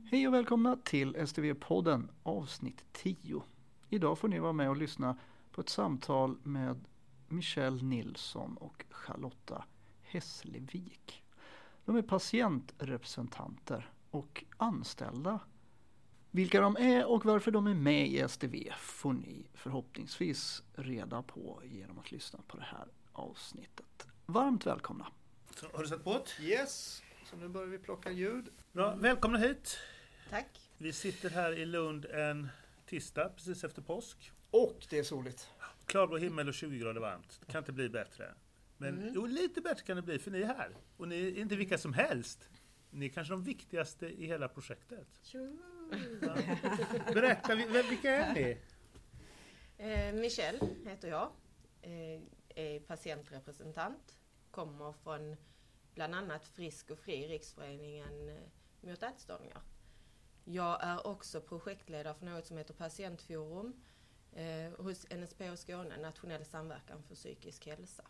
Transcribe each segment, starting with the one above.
Hej och välkomna till STV-podden avsnitt 10. Idag får ni vara med och lyssna på ett samtal med Michelle Nilsson och Charlotta Hässlevik. De är patientrepresentanter och anställda. Vilka de är och varför de är med i STV får ni förhoppningsvis reda på genom att lyssna på det här avsnittet. Varmt välkomna! Så, har du satt på det? Yes, så nu börjar vi plocka ljud. Bra, välkomna hit! Tack. Vi sitter här i Lund en tisdag precis efter påsk. Och det är soligt. Klarblå himmel och 20 grader varmt. Det kan inte bli bättre. Men jo, lite bättre kan det bli för ni är här. Och ni är inte vilka som helst. Ni är kanske de viktigaste i hela projektet. Ja. Berätta, vilka är ni? Michelle heter jag. Är patientrepresentant. Kommer från bland annat Frisk och Fri, Riksföreningen mot ätstörningar. Jag är också projektledare för något som heter Patientforum hos NSP och Skåne, Nationell samverkan för psykisk hälsa.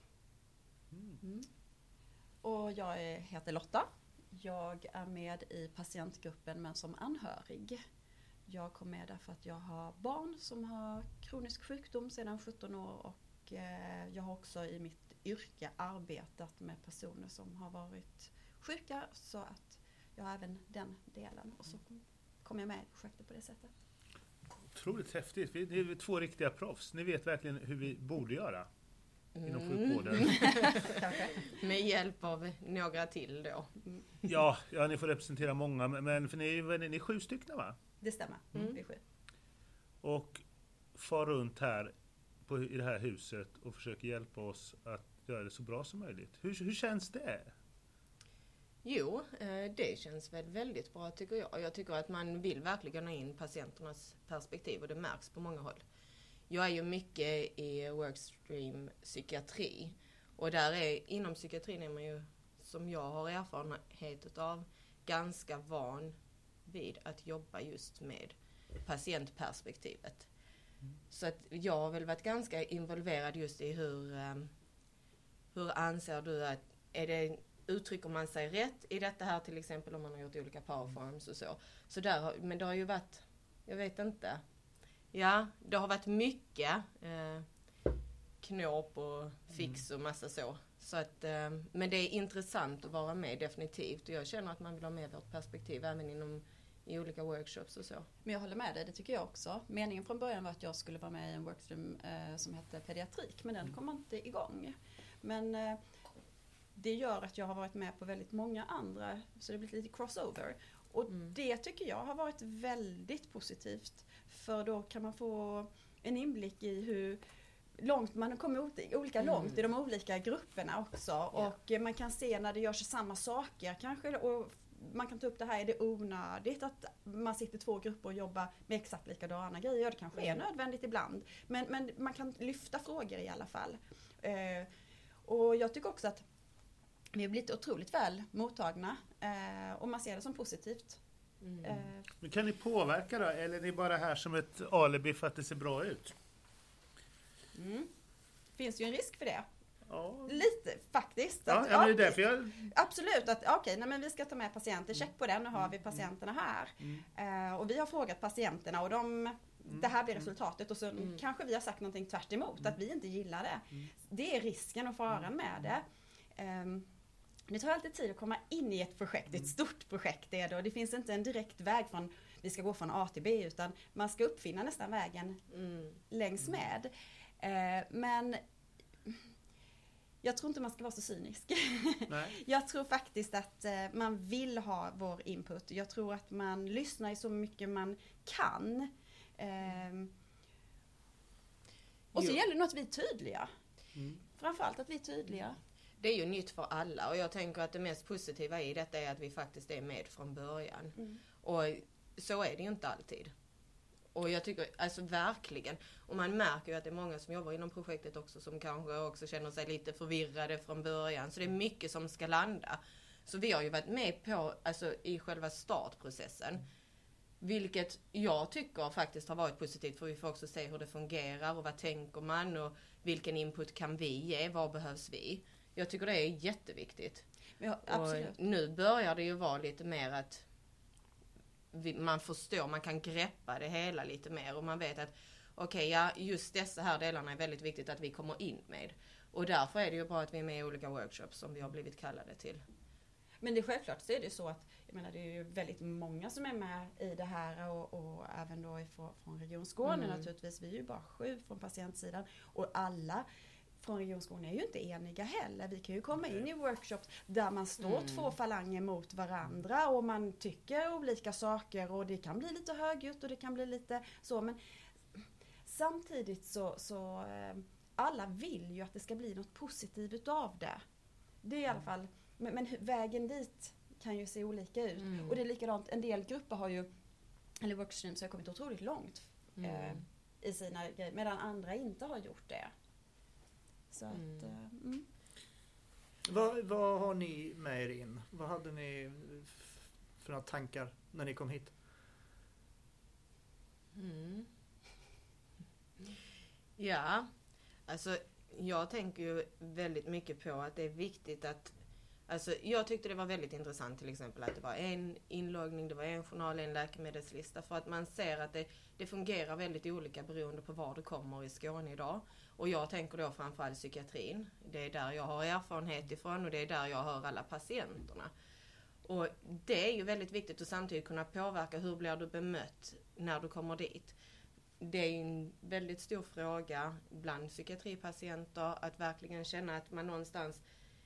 Och jag heter Lotta. Jag är med i patientgruppen men som anhörig. Jag kom med därför att jag har barn som har kronisk sjukdom sedan 17 år och jag har också i mitt yrke arbetat med personer som har varit sjuka, så att jag har även den delen och så kom jag med i projektet på det sättet. Otroligt häftigt. Ni är två riktiga proffs. Ni vet verkligen hur vi borde göra inom sjukvården. Med hjälp av några till då. Ja, ni får representera många, men för ni är 7 stycken, va? Det stämmer, vi är 7. Och far runt här i det här huset och försöker hjälpa oss att göra det så bra som möjligt. Hur känns det? Jo, det känns väl väldigt bra tycker jag. Jag tycker att man vill verkligen ha in patienternas perspektiv och det märks på många håll. Jag är ju mycket i workstream psykiatri och inom psykiatrin är man ju, som jag har erfarenhet av, ganska van vid att jobba just med patientperspektivet. Så att jag har väl varit ganska involverad just i hur anser du att, uttrycker man sig rätt i detta här, till exempel om man har gjort olika powerforms och så. Men det har ju varit, jag vet inte. Ja, det har varit mycket knåp och fix och massa så. Men det är intressant att vara med definitivt. Och jag känner att man vill ha med vårt perspektiv även i olika workshops och så. Men jag håller med dig, det tycker jag också. Meningen från början var att jag skulle vara med i en workstream som hette pediatrik, men den kom inte igång. Men det gör att jag har varit med på väldigt många andra, så det blir lite crossover. Och det tycker jag har varit väldigt positivt. För då kan man få en inblick i hur långt man kommer olika långt i de olika grupperna också. Och man kan se när det görs samma saker kanske. Och man kan ta upp det här, är det onödigt att man sitter 2 grupper och jobbar med exakt likadana grejer? Det kanske är nödvändigt ibland. Men man kan lyfta frågor i alla fall. Och jag tycker också att vi har blivit otroligt väl mottagna och man ser det som positivt. Men kan ni påverka då? Eller är ni bara här som ett alibi för att det ser bra ut? Finns ju en risk för det. Ja. Lite faktiskt. Ja, men det är därför jag... Absolut, att men vi ska ta med patienter, check på det, nu har vi patienterna här. Och vi har frågat patienterna och det här blir resultatet och så kanske vi har sagt någonting tvärt emot, att vi inte gillar det. Det är risken och faran med det. Det tar alltid tid att komma in i ett projekt, ett stort projekt är det, och det finns inte en direkt väg från, vi ska gå från A till B, utan man ska uppfinna nästan vägen längs med. Men jag tror inte man ska vara så cynisk. Nej. Jag tror faktiskt att man vill ha vår input. Jag tror att man lyssnar så mycket man kan. Och så gäller det nog att vi är tydliga. Framförallt att vi är tydliga. Det är ju nytt för alla och jag tänker att det mest positiva i detta är att vi faktiskt är med från början. Och så är det ju inte alltid. Och jag tycker alltså verkligen, och man märker ju att det är många som jobbar inom projektet också som kanske också känner sig lite förvirrade från början. Så det är mycket som ska landa. Så vi har ju varit med på, alltså i själva startprocessen. Vilket jag tycker faktiskt har varit positivt, för vi får också se hur det fungerar och vad tänker man och vilken input kan vi ge, vad behövs vi. Jag tycker det är jätteviktigt. Ja, absolut. Och nu börjar det ju vara lite mer att man förstår, man kan greppa det hela lite mer och man vet att okej, just dessa här delarna är väldigt viktigt att vi kommer in med. Och därför är det ju bra att vi är med i olika workshops som vi har blivit kallade till. Men det är självklart så är det så att, jag menar det är ju väldigt många som är med i det här och även då från Region Skåne naturligtvis. Vi är ju bara 7 från patientsidan och alla från Region Skåne är ju inte eniga heller. Vi kan ju komma in i workshops där man står 2 falanger mot varandra och man tycker olika saker och det kan bli lite högljutt och det kan bli lite så, men samtidigt så alla vill ju att det ska bli något positivt utav det. Det är i alla fall, men vägen dit kan ju se olika ut. Och det är likadant, en del grupper har ju, eller workstreams har kommit otroligt långt i sina grejer, medan andra inte har gjort det. Så att, Vad har ni med er in? Vad hade ni för några tankar när ni kom hit? Ja, alltså jag tänker ju väldigt mycket på att det är viktigt att, alltså jag tyckte det var väldigt intressant till exempel att det var en inloggning, det var en journal, en läkemedelslista, för att man ser att det fungerar väldigt olika beroende på var du kommer i Skåne idag. Och jag tänker då framförallt psykiatrin. Det är där jag har erfarenhet ifrån och det är där jag hör alla patienterna. Och det är ju väldigt viktigt att samtidigt kunna påverka hur blir du bemött när du kommer dit. Det är en väldigt stor fråga bland psykiatripatienter att verkligen känna att man någonstans,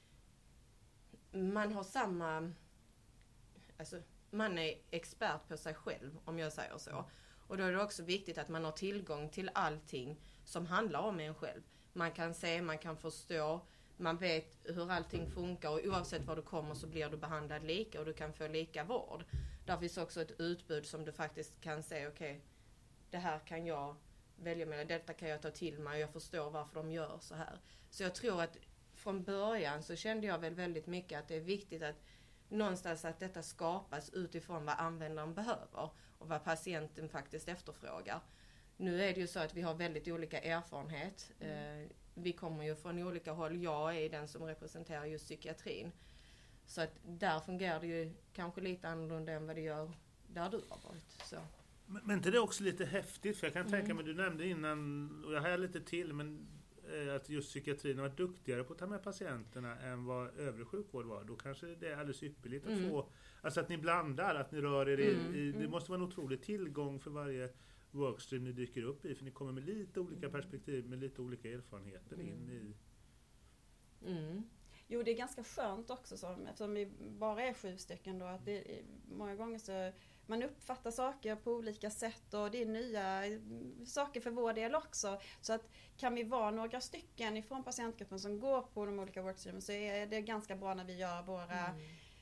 man har samma, alltså man är expert på sig själv om jag säger så. Och då är det också viktigt att man har tillgång till allting som handlar om en själv. Man kan se, man kan förstå, man vet hur allting funkar och oavsett var du kommer så blir du behandlad lika och du kan få lika vård. Där finns också ett utbud som du faktiskt kan se, okej, det här kan jag välja med, detta kan jag ta till mig och jag förstår varför de gör så här. Så jag tror att från början så kände jag väl väldigt mycket att det är viktigt att någonstans att detta skapas utifrån vad användaren behöver och vad patienten faktiskt efterfrågar. Nu är det ju så att vi har väldigt olika erfarenhet. Vi kommer ju från olika håll. Jag är den som representerar just psykiatrin. Så att där fungerar det ju kanske lite annorlunda än vad det gör där du har varit. Så. Men inte det är också lite häftigt? För jag kan tänka mig, du nämnde innan, och jag har lite till, men att just psykiatrin har varit duktigare på att ta med patienterna än vad övrig sjukvård var. Då kanske det är alldeles ypperligt att få, alltså att ni blandar, att ni rör er i, det måste vara en otrolig tillgång för varje workstream ni dyker upp i, för ni kommer med lite olika perspektiv, med lite olika erfarenheter in i. Jo, det är ganska skönt också eftersom vi bara är 7 stycken då, att det är, många gånger så man uppfattar saker på olika sätt och det är nya saker för vår del också. Så att kan vi vara några stycken ifrån patientgruppen som går på de olika workstreamen så är det ganska bra när vi gör våra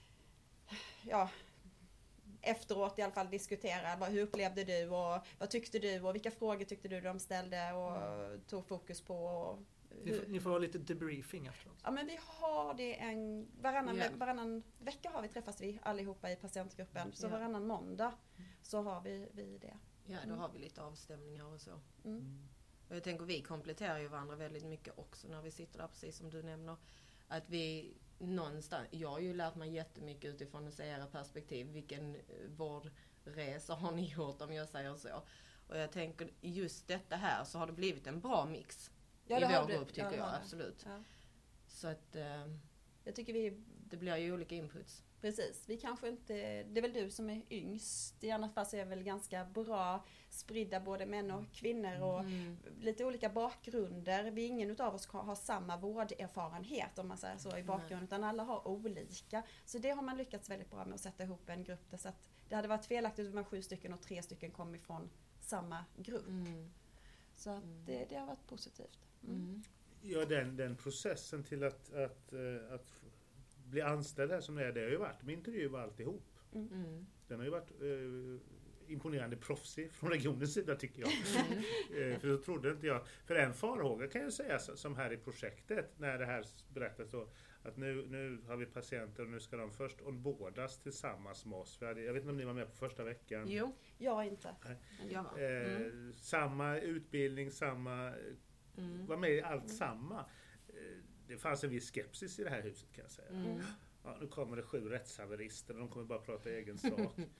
efteråt i alla fall diskutera hur upplevde du och vad tyckte du och vilka frågor tyckte du de ställde och tog fokus på. Och ni får ha lite debriefing efteråt. Ja, men vi har det varannan vecka har vi träffas vi allihopa i patientgruppen. Så varannan måndag så har vi det. Ja, då har vi lite avstämningar och så. Och jag tänker vi kompletterar ju varandra väldigt mycket också när vi sitter där, precis som du nämner. Att vi någonstans, jag har ju lärt mig jättemycket utifrån att se era perspektiv. Vilken vårdresa har ni gjort om jag säger så. Och jag tänker just detta här så har det blivit en bra mix. I vår grupp tycker jag, absolut. Ja. Så att jag tycker det blir ju olika inputs. Precis, vi kanske inte, det är väl du som är yngst, i annat fall så är väl ganska bra spridda både män och kvinnor och lite olika bakgrunder. Vi ingen utav oss har samma vårderfarenhet om man säger så i bakgrunden, utan alla har olika. Så det har man lyckats väldigt bra med att sätta ihop en grupp där, så att det hade varit felaktigt om man 7 stycken och 3 stycken kom ifrån samma grupp. Så att det har varit positivt. Ja, den processen till att bli anställd här som det har ju varit med intervju och alltihop. Den har ju varit imponerande proffsig från regionens sida tycker jag. För så trodde inte jag. För en farhåga kan jag säga som här i projektet när det här berättas då, att nu har vi patienter och nu ska de först onboardas tillsammans med oss. Jag vet inte om ni var med på första veckan. Jo, jag inte. Samma utbildning, var med i allt samma. Det fanns en viss skepsis i det här huset kan jag säga. Ja, nu kommer det 7 rättshaverister och de kommer bara prata egen sak.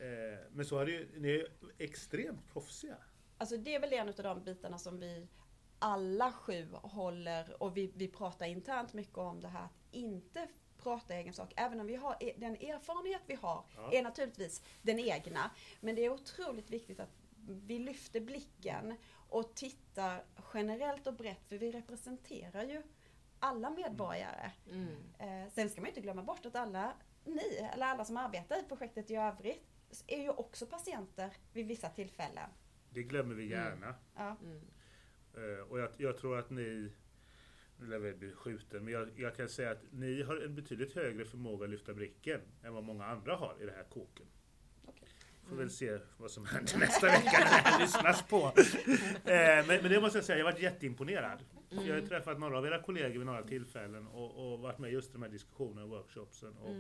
Men så har det ju, ni är extremt proffsiga. Alltså det är väl en av de bitarna som vi alla 7 håller, och vi pratar internt mycket om det här att inte prata egen sak. Även om vi har den erfarenhet vi har är naturligtvis den egna. Men det är otroligt viktigt att vi lyfter blicken och tittar generellt och brett, för vi representerar ju alla medborgare. Sen ska man inte glömma bort att alla som arbetar i projektet i övrigt är ju också patienter vid vissa tillfällen. Det glömmer vi gärna. Och jag tror att ni, nu lär vi bli skjuten, men jag kan säga att ni har en betydligt högre förmåga att lyfta blicken än vad många andra har i det här kåken. Får väl se vad som händer nästa vecka när det här lyssnas på. Men det måste jag säga, jag har varit jätteimponerad. Jag har träffat några av era kollegor vid några tillfällen och varit med just i de här diskussionerna och workshopsen. Och,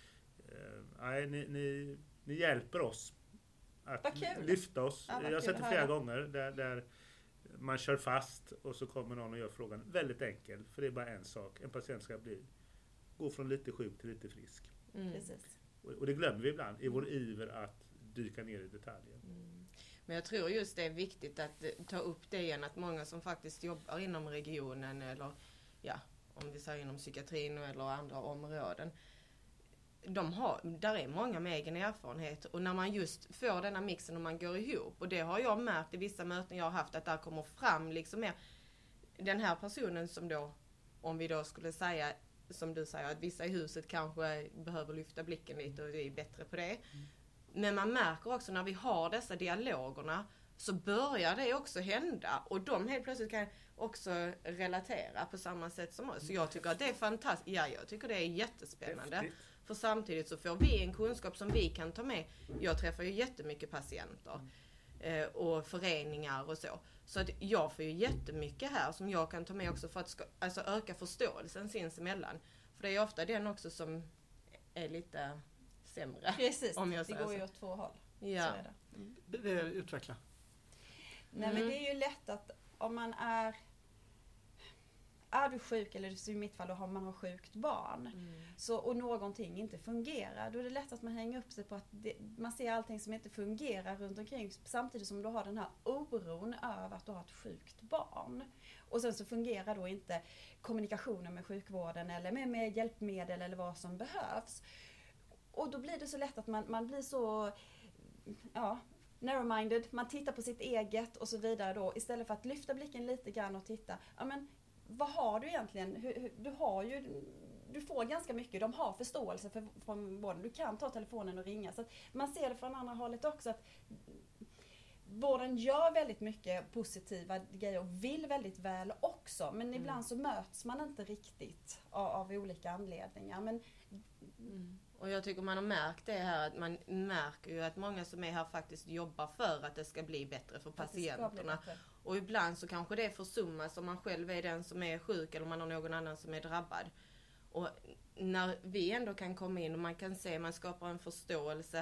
ni hjälper oss att lyfta oss. Jag har sett det flera gånger där man kör fast och så kommer någon och gör frågan väldigt enkel. För det är bara en sak. En patient ska gå från lite sjuk till lite frisk. Precis. Och det glömmer vi ibland i vår iver att dyka ner i detaljer. Men jag tror just det är viktigt att ta upp det igen, att många som faktiskt jobbar inom regionen eller om vi säger inom psykiatrin eller andra områden, där är många med egen erfarenhet, och när man just får denna mixen och man går ihop, och det har jag märkt i vissa möten jag har haft, att där kommer fram liksom mer den här personen som då, om vi då skulle säga som du säger, att vissa i huset kanske behöver lyfta blicken lite och vi är bättre på det. Men man märker också när vi har dessa dialogerna så börjar det också hända, och de helt plötsligt kan också relatera på samma sätt som oss. Så jag tycker att det är fantastiskt. Ja, jag tycker det är jättespännande. Häftigt. För samtidigt så får vi en kunskap som vi kan ta med. Jag träffar ju jättemycket patienter och föreningar och så. Så att jag får ju jättemycket här som jag kan ta med också för att öka förståelsen sinsemellan. För det är ofta den också som är lite sämre. Precis, om jag det går ju åt 2 håll. Ja. Så är det. Utveckla. Nej, men det är ju lätt att om man är du sjuk, eller i mitt fall då har man sjukt barn, och någonting inte fungerar, då är det lätt att man hänger upp sig på att man ser allting som inte fungerar runt omkring, samtidigt som du har den här oron över att du har ett sjukt barn. Och sen så fungerar då inte kommunikationen med sjukvården eller med hjälpmedel eller vad som behövs. Och då blir det så lätt att man blir så narrow-minded, man tittar på sitt eget och så vidare då, istället för att lyfta blicken lite grann och titta, vad har du egentligen? Du får ganska mycket, de har förståelse från vården, du kan ta telefonen och ringa, så att man ser det från andra hållet också, att vården gör väldigt mycket positiva grejer och vill väldigt väl också, men ibland så möts man inte riktigt av olika anledningar. Och jag tycker man har märkt det här, att man märker ju att många som är här faktiskt jobbar för att det ska bli bättre för patienterna. Och ibland så kanske det försummas om man själv är den som är sjuk eller man har någon annan som är drabbad. Och när vi ändå kan komma in och man kan se, man skapar en förståelse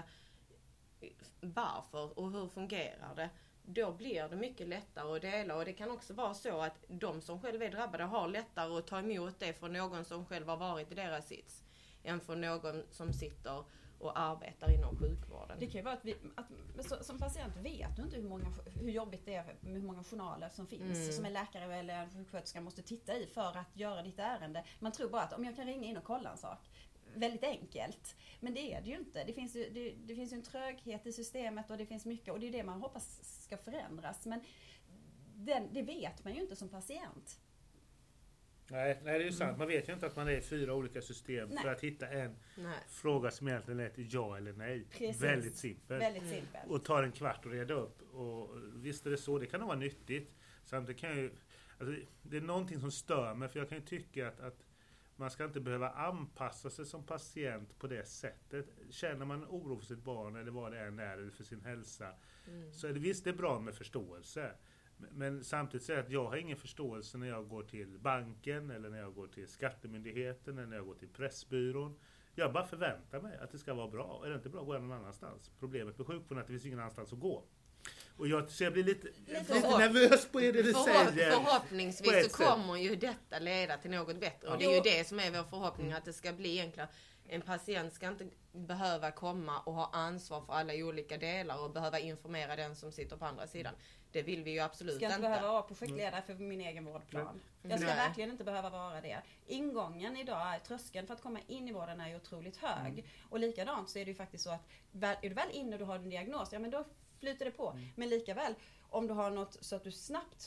varför och hur fungerar det, då blir det mycket lättare att dela. Och det kan också vara så att de som själv är drabbade har lättare att ta emot det från någon som själv har varit i deras sits än från någon som sitter och arbetar inom sjukvården. Det kan ju vara att som patient vet du inte hur jobbigt det är med hur många journaler som finns som en läkare eller en sjuksköterska måste titta i för att göra ditt ärende. Man tror bara att om jag kan ringa in och kolla en sak, väldigt enkelt. Men det är det ju inte. Det finns ju en tröghet i systemet och det finns mycket, och det är det man hoppas ska förändras. Men det vet man ju inte som patient. Nej, det är ju sant. Man vet ju inte att man är i 4 olika system för att hitta en fråga som egentligen är ett ja eller nej. Precis. Väldigt simpelt. Och tar en kvart att reda upp. Och visst är det så, det kan nog vara nyttigt. Samtidigt kan ju, det är någonting som stör mig, för jag kan ju tycka att man ska inte behöva anpassa sig som patient på det sättet. Känner man oro för sitt barn eller vad det än är, eller för sin hälsa, så är det visst det är bra med förståelse. Men samtidigt säger jag att jag har ingen förståelse när jag går till banken eller när jag går till skattemyndigheten eller när jag går till pressbyrån. Jag bara förväntar mig att det ska vara bra. Är det inte bra, går jag någon annanstans. Problemet med sjukvården är att det finns ingen annanstans att gå. Och jag blir lite nervös på det du säger. Förhoppningsvis så kommer ju detta leda till något bättre. Och det är ju det som är vår förhoppning, att det ska bli enklare. En patient ska inte behöva komma och ha ansvar för alla olika delar och behöva informera den som sitter på andra sidan. Det vill vi ju absolut inte. Jag ska inte behöva vara projektledare för min egen vårdplan. Jag ska verkligen inte behöva vara det. Ingången idag, tröskeln för att komma in i vården är ju otroligt hög. Och likadant så är det ju faktiskt så att är du väl inne och du har en diagnos, ja men då flyter det på. Men likaväl, om du har något så att du snabbt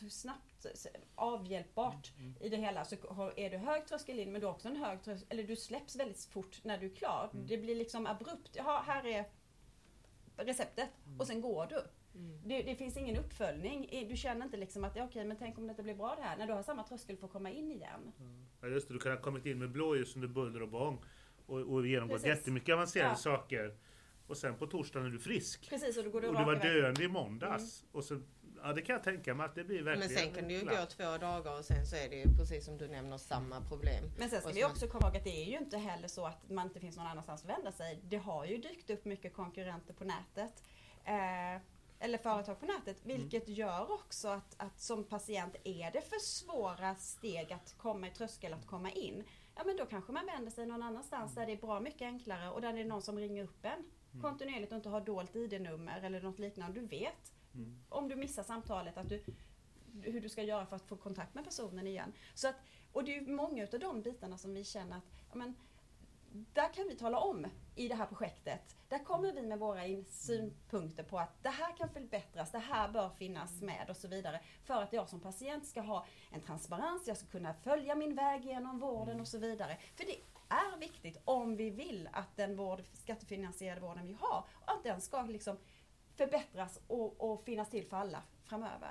avhjälpbart i det hela, så är du hög tröskel in, men du har också en hög tröskel, eller du släpps väldigt fort när du är klar. Det blir liksom abrupt. Jaha, här är receptet och sen går du. Det finns ingen uppföljning. Du känner inte liksom att okej, men tänk om det inte blir bra det här. När du har samma tröskel för att komma in igen. Ja, just det, du kan ha kommit in med blåljus under buller och bång och genomgått jättemycket avancerade saker. Och sen på torsdagen är du frisk. Precis, och då går du och du var döende i måndags. Och så, ja, det kan jag tänka mig att det blir verkligen. Men sen kan det ju gå 2 dagar och sen så är det ju precis som du nämner samma problem. Men sen ska vi också komma ihåg att det är ju inte heller så att man inte finns någon annanstans att vända sig. Det har ju dykt upp mycket konkurrenter på nätet. Eller företag på nätet, vilket gör också att som patient är det för svåra steg att komma i tröskel att komma in. Ja, men då kanske man vänder sig någon annanstans där det är bra mycket enklare och där det är någon som ringer upp en kontinuerligt och inte har dolt ID-nummer eller något liknande. Du vet om du missar samtalet att hur du ska göra för att få kontakt med personen igen. Så att, och det är ju många av de bitarna som vi känner att ja, men, där kan vi tala om i det här projektet. Där kommer vi med våra synpunkter på att det här kan förbättras, det här bör finnas med och så vidare. För att jag som patient ska ha en transparens, jag ska kunna följa min väg genom vården och så vidare. För det är viktigt om vi vill att den skattefinansierade vården vi har, att den ska liksom förbättras och finnas till för alla framöver.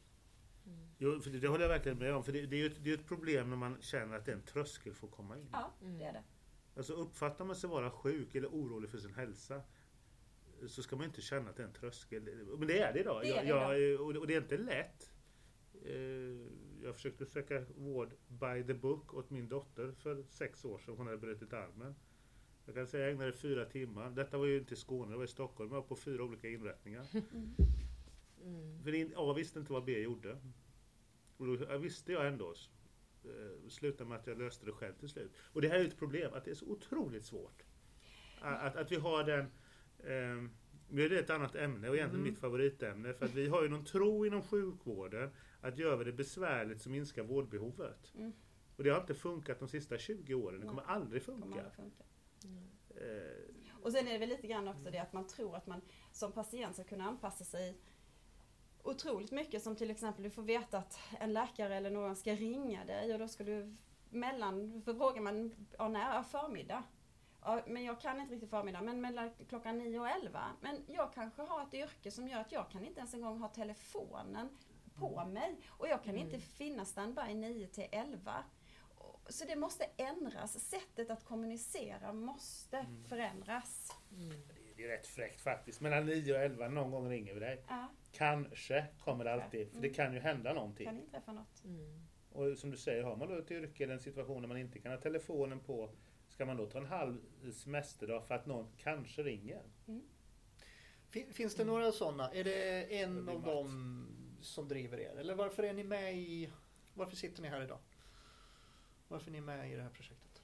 Jo, för det håller jag verkligen med om. För det är ju ett problem när man känner att det är en tröskel för att komma in. Ja, det är det. Alltså uppfattar man sig vara sjuk eller orolig för sin hälsa, så ska man inte känna att det är en tröskel. Men det är det idag. Och det är inte lätt. Jag försökte söka vård by the book åt min dotter för 6 år sedan. Hon hade brutit armen. Jag kan säga att jag ägnade 4 timmar. Detta var ju inte i Skåne, det var i Stockholm. Jag var på 4 olika inrättningar. För jag visste inte vad B gjorde. Och då visste jag ändå. Slutade med att jag löste det själv till slut. Och det här är ju ett problem, att det är så otroligt svårt. Att vi har den... Nu är det ett annat ämne och egentligen mitt favoritämne. För att vi har ju någon tro inom sjukvården att gör vi det besvärligt så minskar vårdbehovet. Och det har inte funkat de sista 20 åren. Det kommer aldrig funka. Och sen är det väl lite grann också det att man tror att man som patient ska kunna anpassa sig otroligt mycket, som till exempel du får veta att en läkare eller någon ska ringa dig och då ska du för frågar man när förmiddag. Ja, men jag kan inte riktigt förmiddag, men mellan klockan 9 och 11. Men jag kanske har ett yrke som gör att jag kan inte ens en gång ha telefonen på mig och jag kan inte finna standby 9 till 11. Så det måste ändras. Sättet att kommunicera måste förändras. Det är rätt fräckt faktiskt. Mellan 9 och 11 någon gång ringer vi dig. Ja. Kanske kommer det alltid. För det kan ju hända någonting. Kan inträffa något. Och som du säger, har man då ett yrke eller en situation där man inte kan ha telefonen på, ska man då ta en halv semesterdag för att någon kanske ringer? Finns det några sådana? Är det en av dem som driver er? Eller varför är ni med varför sitter ni här idag? Varför är ni med i det här projektet?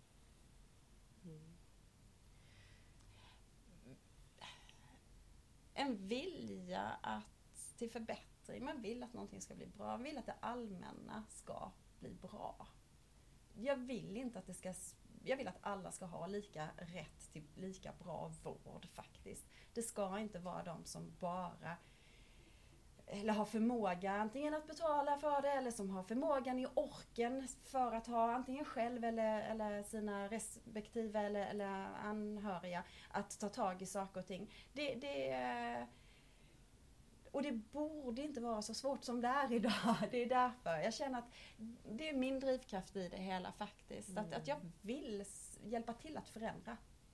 En vilja till förbättring. Man vill att någonting ska bli bra. Man vill att det allmänna ska bli bra. Jag vill att alla ska ha lika rätt till lika bra vård faktiskt. Det ska inte vara de som bara eller har förmåga antingen att betala för det eller som har förmågan i orken för att ha antingen själv eller sina respektive eller anhöriga att ta tag i saker och ting. Och det borde inte vara så svårt som det är idag. Det är därför jag känner att det är min drivkraft i det hela faktiskt. Att jag vill hjälpa till att förändra.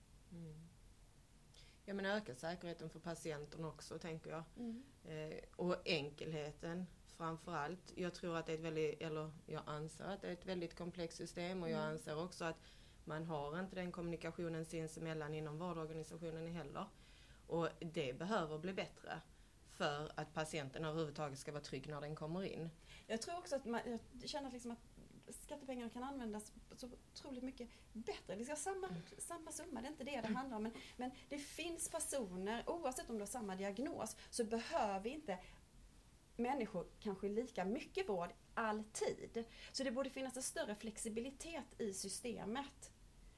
Ja, men öka säkerheten för patienten också, tänker jag. Och enkelheten framförallt. Jag tror att det är jag anser att det är ett väldigt komplext system och jag anser också att man har inte den kommunikationen sinsemellan inom vårdorganisationen heller. Och det behöver bli bättre för att patienten överhuvudtaget ska vara trygg när den kommer in. Jag tror också att jag känner liksom att skattepengarna kan användas så otroligt mycket bättre. Det ska samma summa, det är inte det handlar om. Men det finns personer, oavsett om du har samma diagnos, så behöver inte människor kanske lika mycket vård alltid. Så det borde finnas en större flexibilitet i systemet.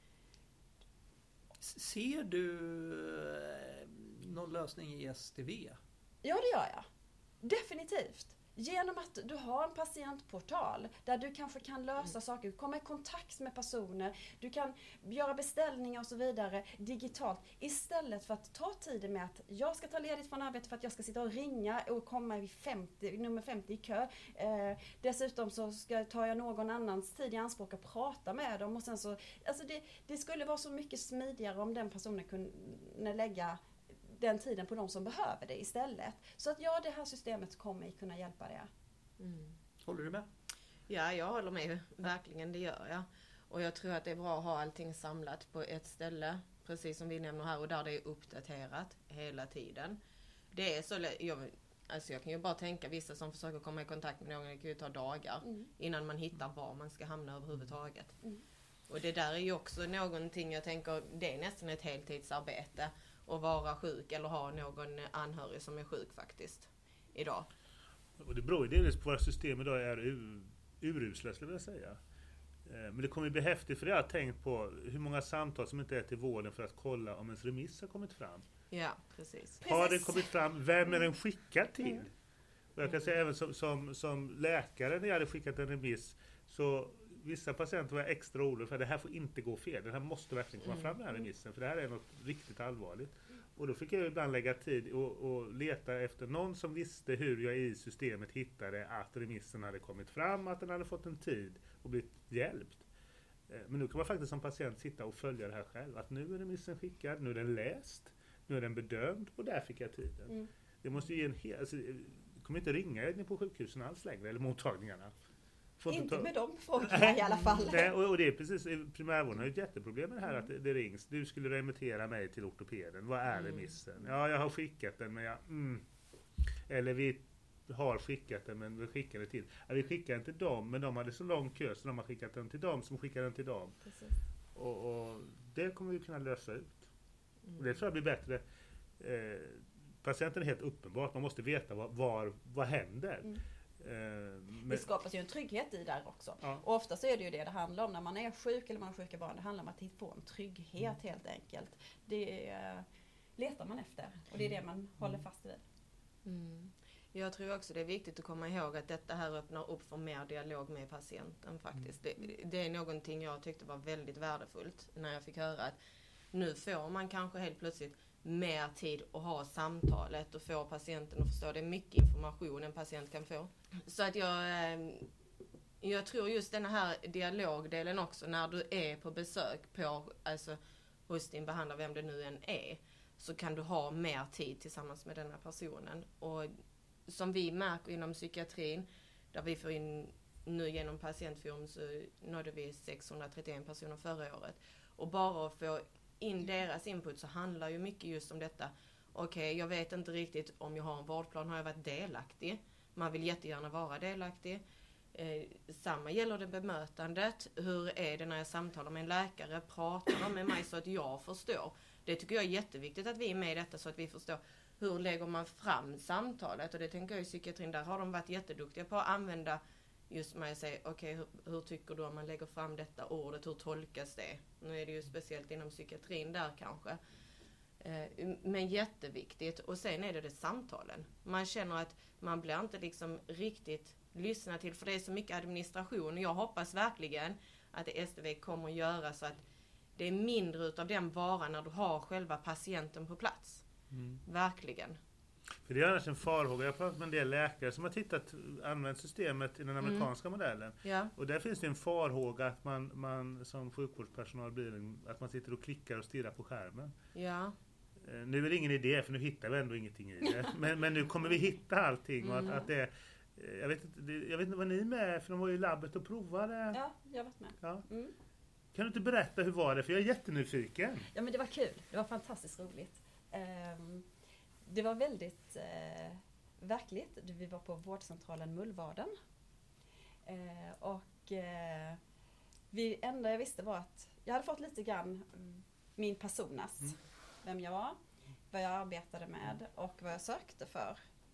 Ser du någon lösning i STV? Ja, det gör jag. Definitivt. Genom att du har en patientportal där du kanske kan lösa saker, komma i kontakt med personer, du kan göra beställningar och så vidare digitalt. Istället för att ta tiden med att jag ska ta ledigt från arbetet för att jag ska sitta och ringa och komma vid nummer 50 i kö. Dessutom så tar jag någon annans tid i anspråk och prata med dem. Och sen så, alltså det skulle vara så mycket smidigare om den personen kunde lägga den tiden på de som behöver det istället. Så att det här systemet kommer kunna hjälpa det. Håller du med? Ja, jag håller med. Verkligen, det gör jag. Och jag tror att det är bra att ha allting samlat på ett ställe. Precis som vi nämner här, och där det är uppdaterat hela tiden. Det är så jag kan ju bara tänka, vissa som försöker komma i kontakt med någon, det kan ju ta dagar innan man hittar var man ska hamna överhuvudtaget. Och det där är ju också någonting jag tänker, det är nästan ett heltidsarbete att vara sjuk eller ha någon anhörig som är sjuk faktiskt idag. Och det beror ju delvis på våra system idag är urusla, skulle jag säga. Men det kommer ju bli häftigt, för det har jag tänkt på hur många samtal som inte är till vården för att kolla om ens remiss har kommit fram. Ja, precis. Har den kommit fram? Vem är den skickad till? Och jag kan säga även som läkare när jag hade skickat en remiss, så vissa patienter var extra oroliga för att det här får inte gå fel. Det här måste verkligen komma fram, den här remissen, för det här är något riktigt allvarligt. Och då fick jag ibland lägga tid och leta efter någon som visste hur jag i systemet hittade att remissen hade kommit fram, att den hade fått en tid och blivit hjälpt. Men nu kan man faktiskt som patient sitta och följa det här själv. Att nu är remissen skickad, nu är den läst, nu är den bedömd och där fick jag tiden. Det måste ju ge en kommer inte ringa in på sjukhusen alls längre, eller mottagningarna. Inte med de frågorna i alla fall. Nej, och det är precis, primärvården har ju ett jätteproblem med det här att det rings. Du skulle remittera mig till ortopeden. Vad är remissen? Ja, jag har skickat den, men eller vi har skickat den, men vi skickar det till. Ja, vi skickar den till dem, men de hade så lång kö så de har skickat den till dem som skickar den till dem. Precis. Och det kommer vi kunna lösa ut. Och det tror jag blir bättre. Patienten är helt uppenbart. Man måste veta vad händer. Det skapas ju en trygghet i där också. Ja. Och ofta så är det ju det handlar om när man är sjuk eller man har sjuka barn. Det handlar om att få en trygghet helt enkelt. Det letar man efter och det är det man håller fast vid. Jag tror också det är viktigt att komma ihåg att detta här öppnar upp för mer dialog med patienten faktiskt. Det är någonting jag tyckte var väldigt värdefullt när jag fick höra att nu får man kanske helt plötsligt mer tid att ha samtalet och få patienten att förstå. Det är mycket information en patient kan få. Så att jag tror just den här dialogdelen också, när du är på besök hos din behandlare, vem det nu än är, så kan du ha mer tid tillsammans med den här personen. Och som vi märker inom psykiatrin, där vi får in nu genom patientforum, så nådde vi 631 personer förra året. Och bara att få in deras input så handlar ju mycket just om detta. Okej, jag vet inte riktigt om jag har en vårdplan, har jag varit delaktig? Man vill jättegärna vara delaktig. Samma gäller det bemötandet. Hur är det när jag samtalar med en läkare? Pratar de med mig så att jag förstår? Det tycker jag är jätteviktigt att vi är med i detta så att vi förstår. Hur lägger man fram samtalet? Och det tänker jag i psykiatrin, där har de varit jätteduktiga på att använda just med att säga, okej, hur tycker du om man lägger fram detta ordet? Hur tolkas det? Nu är det ju speciellt inom psykiatrin där kanske. Men jätteviktigt. Och sen är det samtalen. Man känner att man blir inte liksom riktigt lyssnad till, för det är så mycket administration. Och jag hoppas verkligen att STV kommer att göra så att det är mindre utav den varan när du har själva patienten på plats. Verkligen. För det är annars en farhåga. Jag har pratat med en del läkare som har använt systemet i den amerikanska modellen. Ja. Och där finns det en farhåga att man som sjukvårdspersonal att man sitter och klickar och stirrar på skärmen. Ja. Nu är det ingen idé, för nu hittar vi ändå ingenting i det. Men nu kommer vi hitta allting. Och att det, jag vet inte vad ni är med, för de var ju i labbet och provade. Ja, jag har varit med. Ja. Kan du inte berätta hur var det? För jag är jättenyfiken. Ja, men det var kul. Det var fantastiskt roligt. Det var väldigt verkligt. Vi var på vårdcentralen Mullvaden. Och det enda jag visste var att jag hade fått lite grann min personas. Vem jag var, vad jag arbetade med och vad jag sökte för.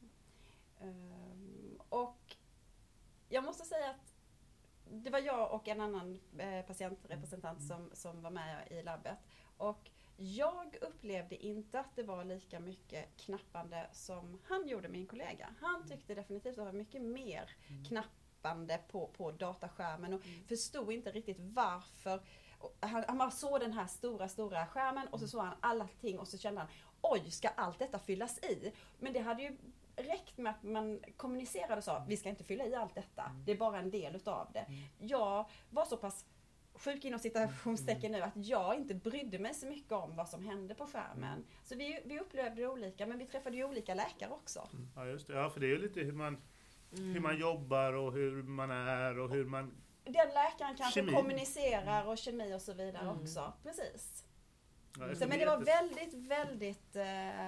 Och jag måste säga att det var jag och en annan patientrepresentant som var med i labbet. Och jag upplevde inte att det var lika mycket knappande som han gjorde, min kollega. Han tyckte definitivt att det var mycket mer knappande på dataskärmen och förstod inte riktigt varför. Han bara såg den här stora skärmen och så såg han allting och så kände han, oj, ska allt detta fyllas i? Men det hade ju räckt med att man kommunicerade och sa, vi ska inte fylla i allt detta. Det är bara en del utav det. Jag var så pass sjuk inom citationstecken nu att jag inte brydde mig så mycket om vad som hände på skärmen. Så vi upplevde det olika, men vi träffade ju olika läkare också. Ja, just det. Ja, för det är ju lite hur man jobbar och hur man är och hur man... Den läkaren kanske kommunicerar och kemi och så vidare också. Precis. Ja, så, men det var väldigt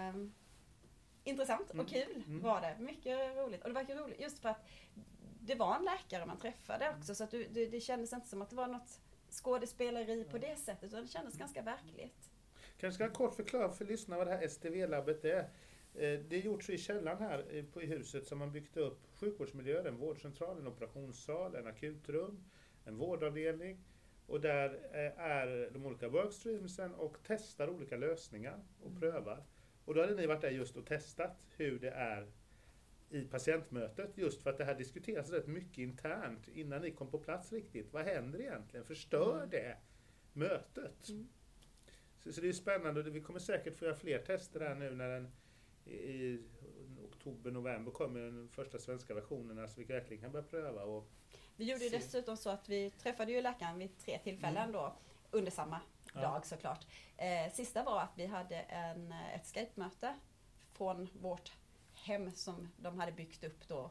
intressant och kul var det. Mycket roligt. Och det var roligt just för att det var en läkare man träffade också. Så att det kändes inte som att det var något skådespeleri på det sättet. Utan det kändes ganska verkligt. Kanske ska jag kort förklara för lyssnarna vad det här STV-labbet är. Det är gjort så i källaren här i huset som man byggt upp sjukvårdsmiljöer, en vårdcentral, en operationssal, en akutrum, en vårdavdelning. Och där är de olika workstreamsen och testar olika lösningar och prövar. Och då hade ni varit där just och testat hur det är i patientmötet, just för att det här diskuteras rätt mycket internt innan ni kom på plats riktigt. Vad händer egentligen? Förstör det mötet? Så det är spännande och vi kommer säkert få göra fler tester här nu när i oktober-november kommer den första svenska versionerna så vi verkligen kan börja pröva. Och vi gjorde ju dessutom så att vi träffade ju läkaren vid 3 tillfällen då under samma dag såklart. Sista var att vi hade ett Skype-möte från vårt hem som de hade byggt upp då.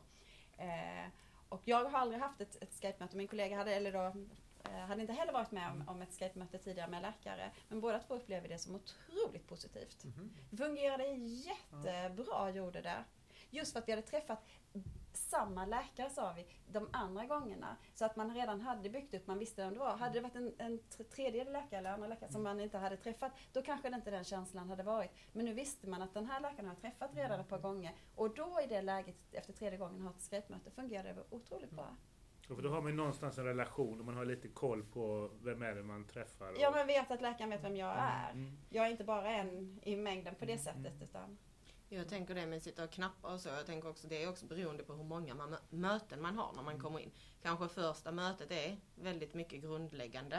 Och jag har aldrig haft ett Skype-möte. Min kollega hade inte heller varit med om ett Skype-möte tidigare med läkare. Men båda två upplevde det som otroligt positivt. Det fungerade jättebra, gjorde det. Just för att vi hade träffat samma läkare, sa vi, de andra gångerna. Så att man redan hade byggt upp, man visste vem det var. Hade det varit en tredje läkare eller andra läkare som man inte hade träffat, då kanske inte den känslan hade varit. Men nu visste man att den här läkaren har träffat redan ett par gånger. Och då i det läget, efter 3:e gången, har ett Skype-möte, fungerade det otroligt bra. För då har man någonstans en relation och man har lite koll på vem är det man träffar. Ja, man vet att läkaren vet vem jag är. Jag är inte bara en i mängden på det sättet, utan... Jag tänker det med att sitta och knappa och så. Jag tänker också det är också beroende på hur många möten man har när man kommer in. Kanske första mötet är väldigt mycket grundläggande.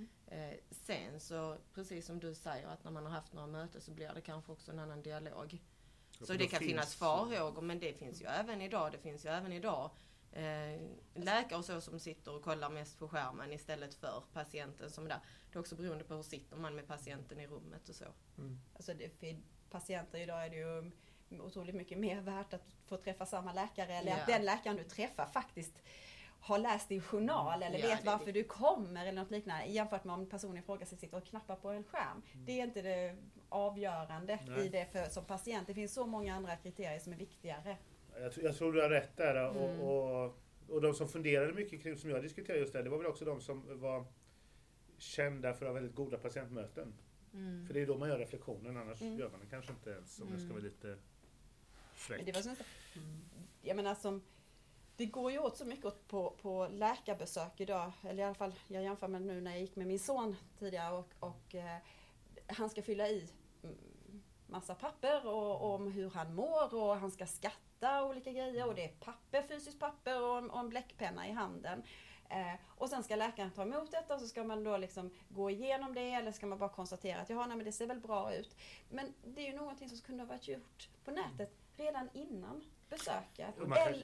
Sen så, precis som du säger, att när man har haft några möten så blir det kanske också en annan dialog. Så det kan finnas farhågor, men det finns ju även idag. Läkare och så som sitter och kollar mest på skärmen istället för patienten som är där. Det är också beroende på hur sitter man med patienten i rummet och så. Alltså för patienter idag är det ju otroligt mycket mer värt att få träffa samma läkare eller att den läkaren du träffar faktiskt har läst din journal eller vet varför du kommer eller något liknande, jämfört med om personen i fråga sitter och knappar på en skärm. Det är inte det avgörande i det som patient. Det finns så många andra kriterier som är viktigare. Jag tror du har rätt där och de som funderade mycket kring, som jag diskuterade just där, det var väl också de som var kända för att ha väldigt goda patientmöten. För det är då man gör reflektionen, annars gör man det kanske inte ens om det ska vara lite fräckt. Det var så, jag menar, det går ju åt så mycket på läkarbesök idag, eller i alla fall jag jämför med nu när jag gick med min son tidigare och han ska fylla i massa papper om hur han mår och han ska skatta olika grejer och det är papper, fysiskt papper och en bläckpenna i handen. Och sen ska läkaren ta emot detta och så ska man då liksom gå igenom det eller ska man bara konstatera att men det ser väl bra ut. Men det är ju någonting som kunde ha varit gjort på nätet redan innan besöket.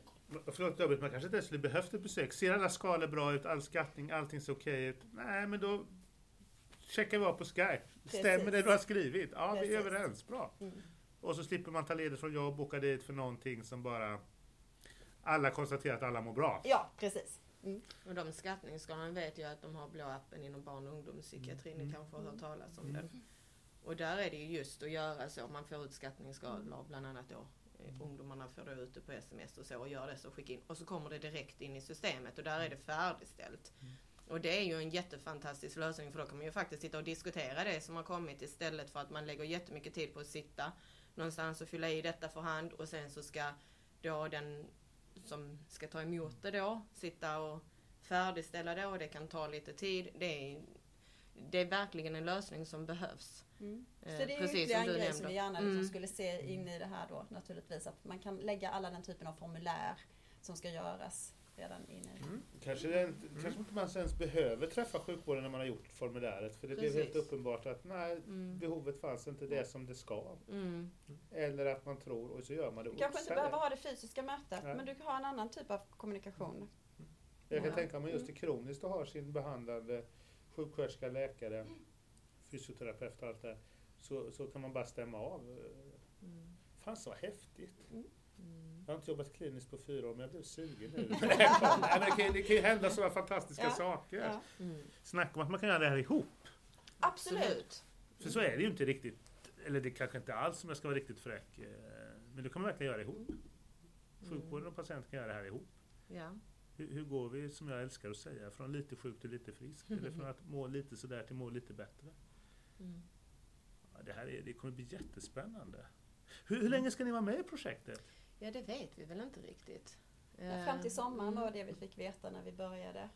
Man kanske inte skulle behövt ett besök. Ser alla skalor bra ut, all skattning, allting ser okej ut. Nej, men då checkar vi av på Skype. Stämmer det du har skrivit? Ja, vi är överens. Bra. Och så slipper man ta ledigt från jobb och boka dit för någonting som bara alla konstaterar att alla mår bra. Ja, precis. Och de skattningsskalorna vet jag att de har blå appen inom barn- och ungdomspsykiatrin. Ni kanske har hört talas om den. Och där är det ju just att göra så. Man får ut skattningsskalor bland annat då ungdomarna får då ut det på sms och så och gör det så skicka in. Och så kommer det direkt in i systemet och där är det färdigställt. Och det är ju en jättefantastisk lösning för då kan man ju faktiskt sitta och diskutera det som har kommit istället för att man lägger jättemycket tid på att sitta någonstans och fylla i detta för hand och sen så ska då den som ska ta emot det då sitta och färdigställa det och det kan ta lite tid. Det är verkligen en lösning som behövs. Så det är ytterligare en grej som vi gärna liksom skulle se in i det här då naturligtvis. Att man kan lägga alla den typen av formulär som ska göras redan in i det. Kanske inte man ens behöver träffa sjukvården när man har gjort formuläret. För det blir helt uppenbart att behovet fanns inte det som det ska. Eller att man tror och så gör man det. Du kanske inte behöver ha det fysiska mötet men du kan ha en annan typ av kommunikation. Jag kan tänka mig just det kroniskt att ha sin behandlande sjuksköterska, läkare, fysioterapeut och allt det så kan man bara stämma av. Fan så häftigt. Jag har inte jobbat kliniskt på 4 år men jag blev sugen nu. Det kan ju hända sådana fantastiska saker. Ja. Snacka om att man kan göra det här ihop. Absolut. För så är det ju inte riktigt, eller det kanske inte alls om jag ska vara riktigt fräck. Men det kan man verkligen göra ihop. Sjukvården och patienten kan göra det här ihop. Ja. Hur går vi, som jag älskar att säga, från lite sjuk till lite frisk? Eller från att må lite sådär till må lite bättre? Ja, det kommer bli jättespännande. Hur länge ska ni vara med i projektet? Ja, det vet vi väl inte riktigt. Fram till sommaren var det vi fick veta när vi började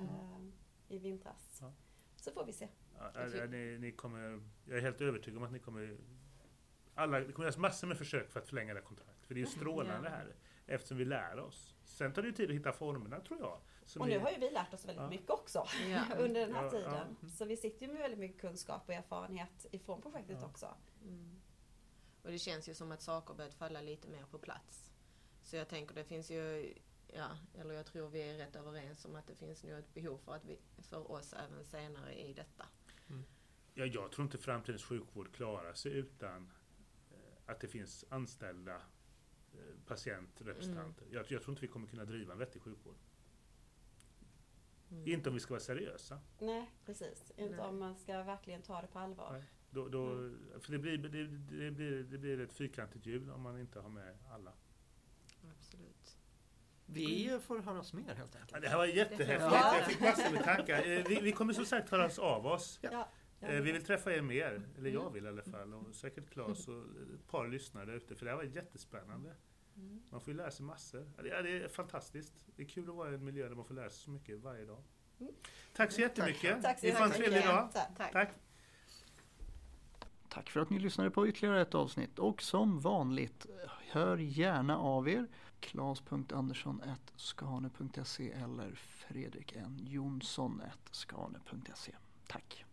i vintras. Ja. Så får vi se. Ja, ni kommer, jag är helt övertygad om att ni kommer... Det kommer göras massor med försök för att förlänga det kontraktet. För det är ju strålande här, eftersom vi lär oss. Sen tar det ju tid att hitta formerna, tror jag. Och nu har ju vi lärt oss väldigt mycket också under den här tiden. Så vi sitter ju med väldigt mycket kunskap och erfarenhet ifrån projektet också. Och det känns ju som att saker börjat falla lite mer på plats. Så jag tänker det finns ju, eller jag tror vi är rätt överens om att det finns nu ett behov för oss även senare i detta. Ja, jag tror inte framtidens sjukvård klarar sig utan att det finns anställda patientrepresentanter. Jag tror inte vi kommer kunna driva en vettig sjukvård. Inte om vi ska vara seriösa. Nej, precis. Inte om man ska verkligen ta det på allvar. Nej. För det blir ett fyrkantigt hjul om man inte har med alla. Absolut. Vi får höras mer helt enkelt. Ja, det här var jättehäftigt. Jag fick massor med tankar. Vi kommer som sagt höras av oss. Vi vill träffa er mer, eller jag vill i alla fall. Och säkert Claes och ett par lyssnare där ute. För det här var jättespännande. Man får ju lära sig massor. Det är fantastiskt. Det är kul att vara i en miljö där man får lära sig så mycket varje dag. Tack så jättemycket. Tack så det var en trevlig dag. Tack. Tack för att ni lyssnade på ytterligare ett avsnitt. Och som vanligt, hör gärna av er. Claes.andersson@skane.se eller Fredrik N. Jonsson@skane.se. Tack.